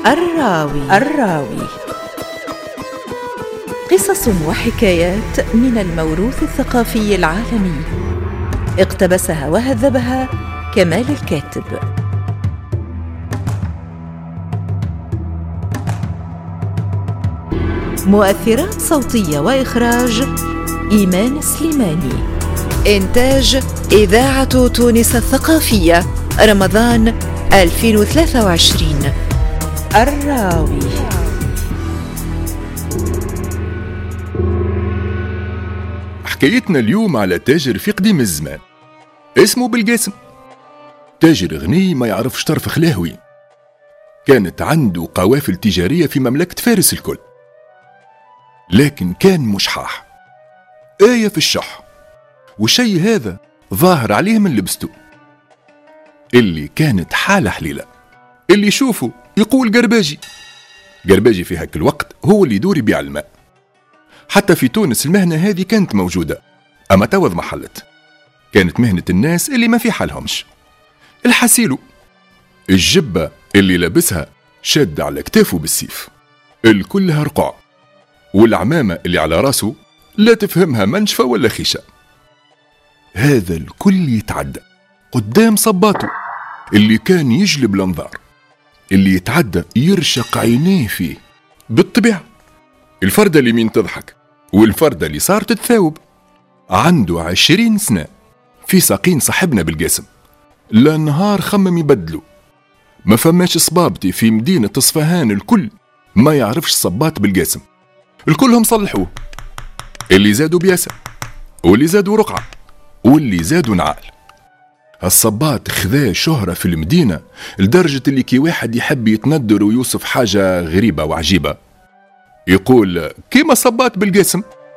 الراوي قصص وحكايات من الموروث الثقافي العالمي، اقتبسها وهذبها كمال الكاتب. مؤثرات صوتية وإخراج إيمان سليماني. إنتاج إذاعة تونس الثقافية، رمضان 2023. الراوي. حكايتنا اليوم على تاجر في قديم الزمان اسمه بالقاسم. تاجر غني ما يعرفش طرف خلاهوي. كانت عنده قوافل تجارية في مملكة فارس الكل، لكن كان مشحاح، آية في الشح، والشي هذا ظاهر عليه من لبسته اللي كانت حالة حليلة. اللي يشوفه يقول قرباجي في هاك الوقت هو اللي يدور يبيع الماء. حتى في تونس المهنة هذه كانت موجودة، أما توض محلت. كانت مهنة الناس اللي ما في حالهمش. الحسيلو الجبة اللي لابسها شاد على كتافه بالسيف، الكلها رقع، والعمامة اللي على راسه لا تفهمها منشفة ولا خيشة. هذا الكل يتعدى قدام صباته اللي كان يجلب الانظار، اللي يتعدى يرشق عينيه فيه. بالطبيعة الفردة اللي مين تضحك والفردة اللي صار تتثاوب. عنده 20 سنة، في ساقين صاحبنا بالقاسم. لا نهار خمم يبدلو. ما فماش صبابتي في مدينة اصفهان الكل ما يعرفش صبات بالقاسم. الكلهم صلحوه، اللي زادوا بياسة، واللي زادوا رقعة، واللي زادوا نعال. الصبات خذا شهرة في المدينة لدرجة اللي كي واحد يحب يتندر ويوصف حاجة غريبة وعجيبة يقول كيما صبات بالقاسم.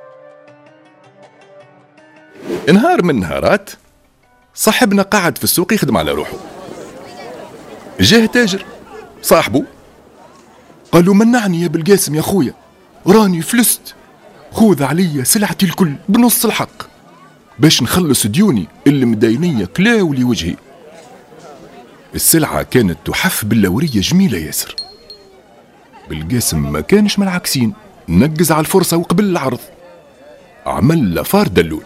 نهار من نهارات صاحبنا قاعد في السوق يخدم على روحه. جاه تاجر صاحبه قال له منعني يا بالقاسم يا خويا، راني فلست، خذ علي سلعتي الكل بنص الحق باش نخلص ديوني اللي مدينية كلاولي وجهي. السلعة كانت تحف باللورية جميلة ياسر. بالقاسم ما كانش من العكسين، نقز على الفرصة وقبل العرض. عمل لفار دلول،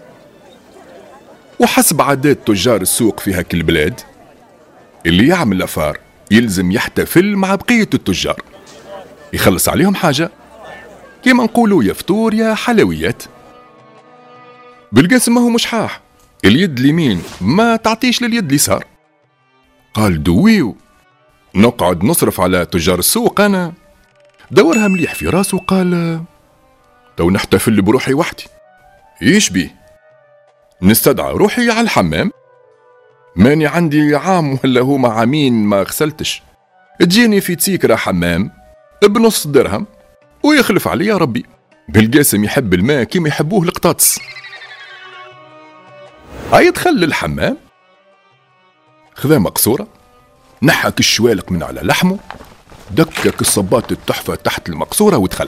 وحسب عادات تجار السوق في هاك البلاد اللي يعمل لفار يلزم يحتفل مع بقية التجار، يخلص عليهم حاجة كيما نقولوا يا فطور يا حلويات. بالقاسم ما هو مشحاح، اليد اليمين ما تعطيش لليد اليسار. قال دويو نقعد نصرف على تجار السوق أنا؟ دورها مليح في راسه قال تو نحتفل بروحي وحدي. ايش بيه؟ نستدعى روحي على الحمام، ماني عندي عام ولا هما عامين ما غسلتش، تجيني في تسيكرة حمام بنص درهم ويخلف علي ربي. بالقاسم يحب الماء كيما يحبوه القطاطس. هاي دخل للحمام، خذا مقصورة، نحك الشوالق من على لحمه، دكك الصبات التحفة تحت المقصورة ودخل.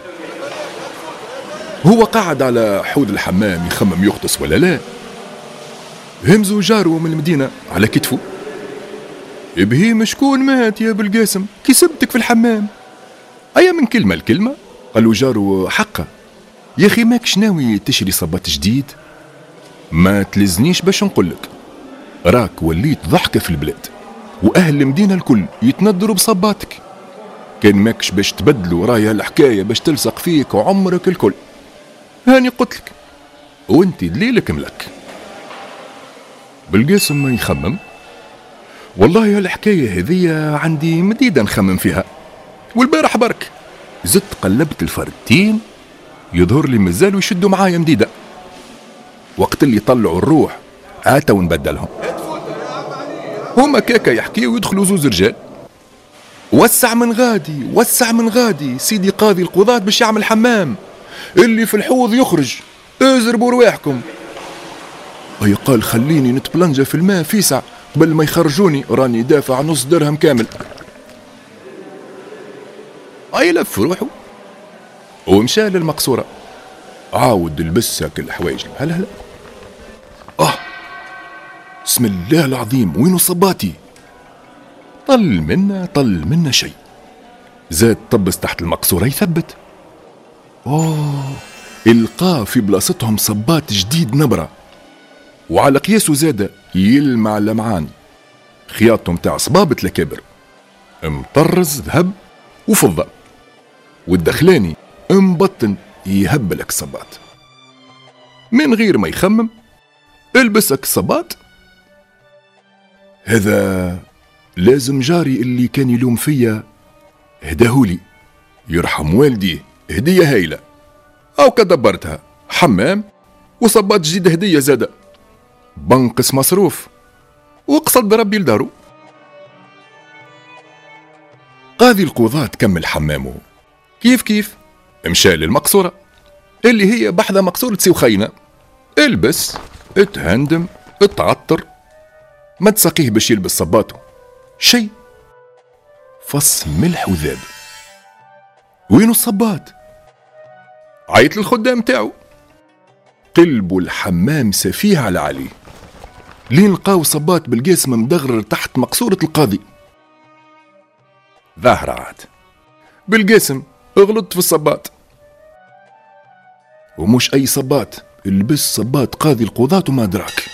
هو قاعد على حوض الحمام يخمم يغطس ولا لا، همزو جاره من المدينة على كتفه. إبهيم شكون مات يا بالقاسم كي سبتك في الحمام؟ أيا من كلمة لكلمة قالوا جاره حقه يا أخي ماكش ناوي تشري صبات جديد؟ ما تلزنيش باش نقولك، راك وليت ضحكة في البلاد وأهل المدينة الكل يتندروا بصباتك. كان ماكش باش تبدلوا رايا الحكاية باش تلصق فيك وعمرك الكل. هاني قلتلك وانت دليلك ملك. بالقاسم ما يخمم، والله هالحكاية هذية عندي مديدة نخمم فيها، والبارح برك زدت قلبت الفردتين يظهر لي مازالوا يشدوا معايا مديدة. وقت اللي طلعوا الروح آتا ونبدلهم. هما كاكا يحكي ويدخلوا زوز رجال، وسع من غادي سيدي قاضي القضاة باش يعمل حمام، اللي في الحوض يخرج، ازربوا رواحكم. أي قال خليني نتبلنجة في الماء فيسع قبل ما يخرجوني، راني دافع نص درهم كامل. أي لف روحه ومشى للمقصورة، عاود لبس هاك الحوايج هلا بسم الله العظيم وينو صباتي؟ طل منا شيء، زاد طبس تحت المقصورة يثبت. القاه في بلاصتهم صبات جديد نبرة، وعلى قياسه زاد يلمع لمعان، خياطهم تاع صبابة الكبر، مطرز ذهب وفضة، والدخلاني مبطن يهبلك الصباط. من غير ما يخمم البسك الصباط. هذا لازم جاري اللي كان يلوم فيا هداهولي يرحم والديه هدية هايلة، أو كدبرتها حمام وصباط جديد هدية زادة، بنقص مصروف وقصد ربي لدارو. قاضي القضاة كمل حمامه كيف مشى للمقصورة اللي هي بحذا مقصورة سوخينة. البس اتهندم اتعطر، ما تساقيه باش يلبس صباته شي، فص ملح وذاب. وينو الصباط؟ عيط للخدام تاعو، قلبوا الحمام سفيه على علي، لين لقاو صباط بالقاسم مدغرر تحت مقصورة القاضي. ظاهرة عاد بالقاسم اغلطت في الصباط، ومش أي صباط، البس صباط قاضي القضاة وما دراك.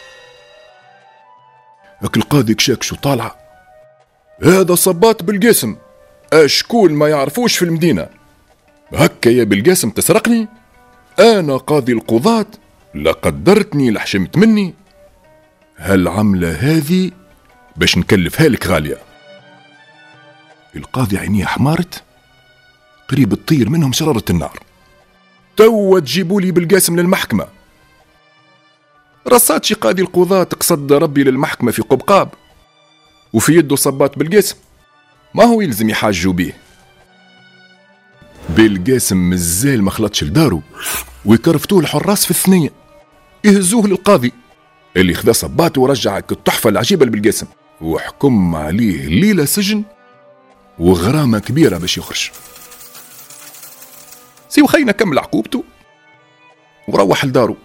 هاك القاضي كشاكش وطالعة، هذا صباط بالقاسم، أشكول ما يعرفوش في المدينة، هكا يا بالقاسم تسرقني؟ أنا قاضي القضاة، لا قدرتني لا حشمت مني، هالعملة هذه باش نكلفها لك غالية. القاضي عينيه حمارت، قريب تطير منهم شرارة النار. توا تجيبولي بالقاسم للمحكمة. رصاتشي قاضي القضاة قصد ربي للمحكمة في قبقاب، وفي يده صباط بالقاسم، ما هو يلزم يحاجوا بيه. بالقاسم مازال ما خلطش لدارو، ويكرفتوه الحراس في الثنية، يهزوه للقاضي اللي خذا صباط ورجع التحفة العجيبة بالقاسم، وحكم عليه ليلة سجن وغرامة كبيرة باش يخرج. سيوخينا كمل عقوبته وروح لدارو،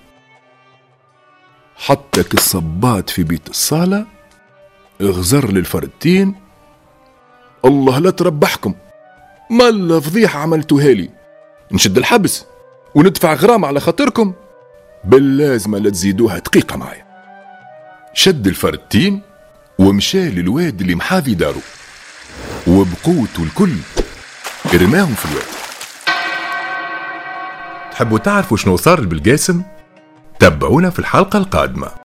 حطك الصباط في بيت الصالة، اغزر للفردتين، الله لا تربحكم، ما الفضيحة عملتوها لي، نشد الحبس وندفع غرامة على خاطركم، باللازمة لا تزيدوها دقيقة معايا. شد الفردتين ومشى للواد اللي محاذي دارو، وبقوته الكل رماهم في الواد. تحبوا تعرفوا شنو صار بالقاسم؟ تابعونا في الحلقة القادمة.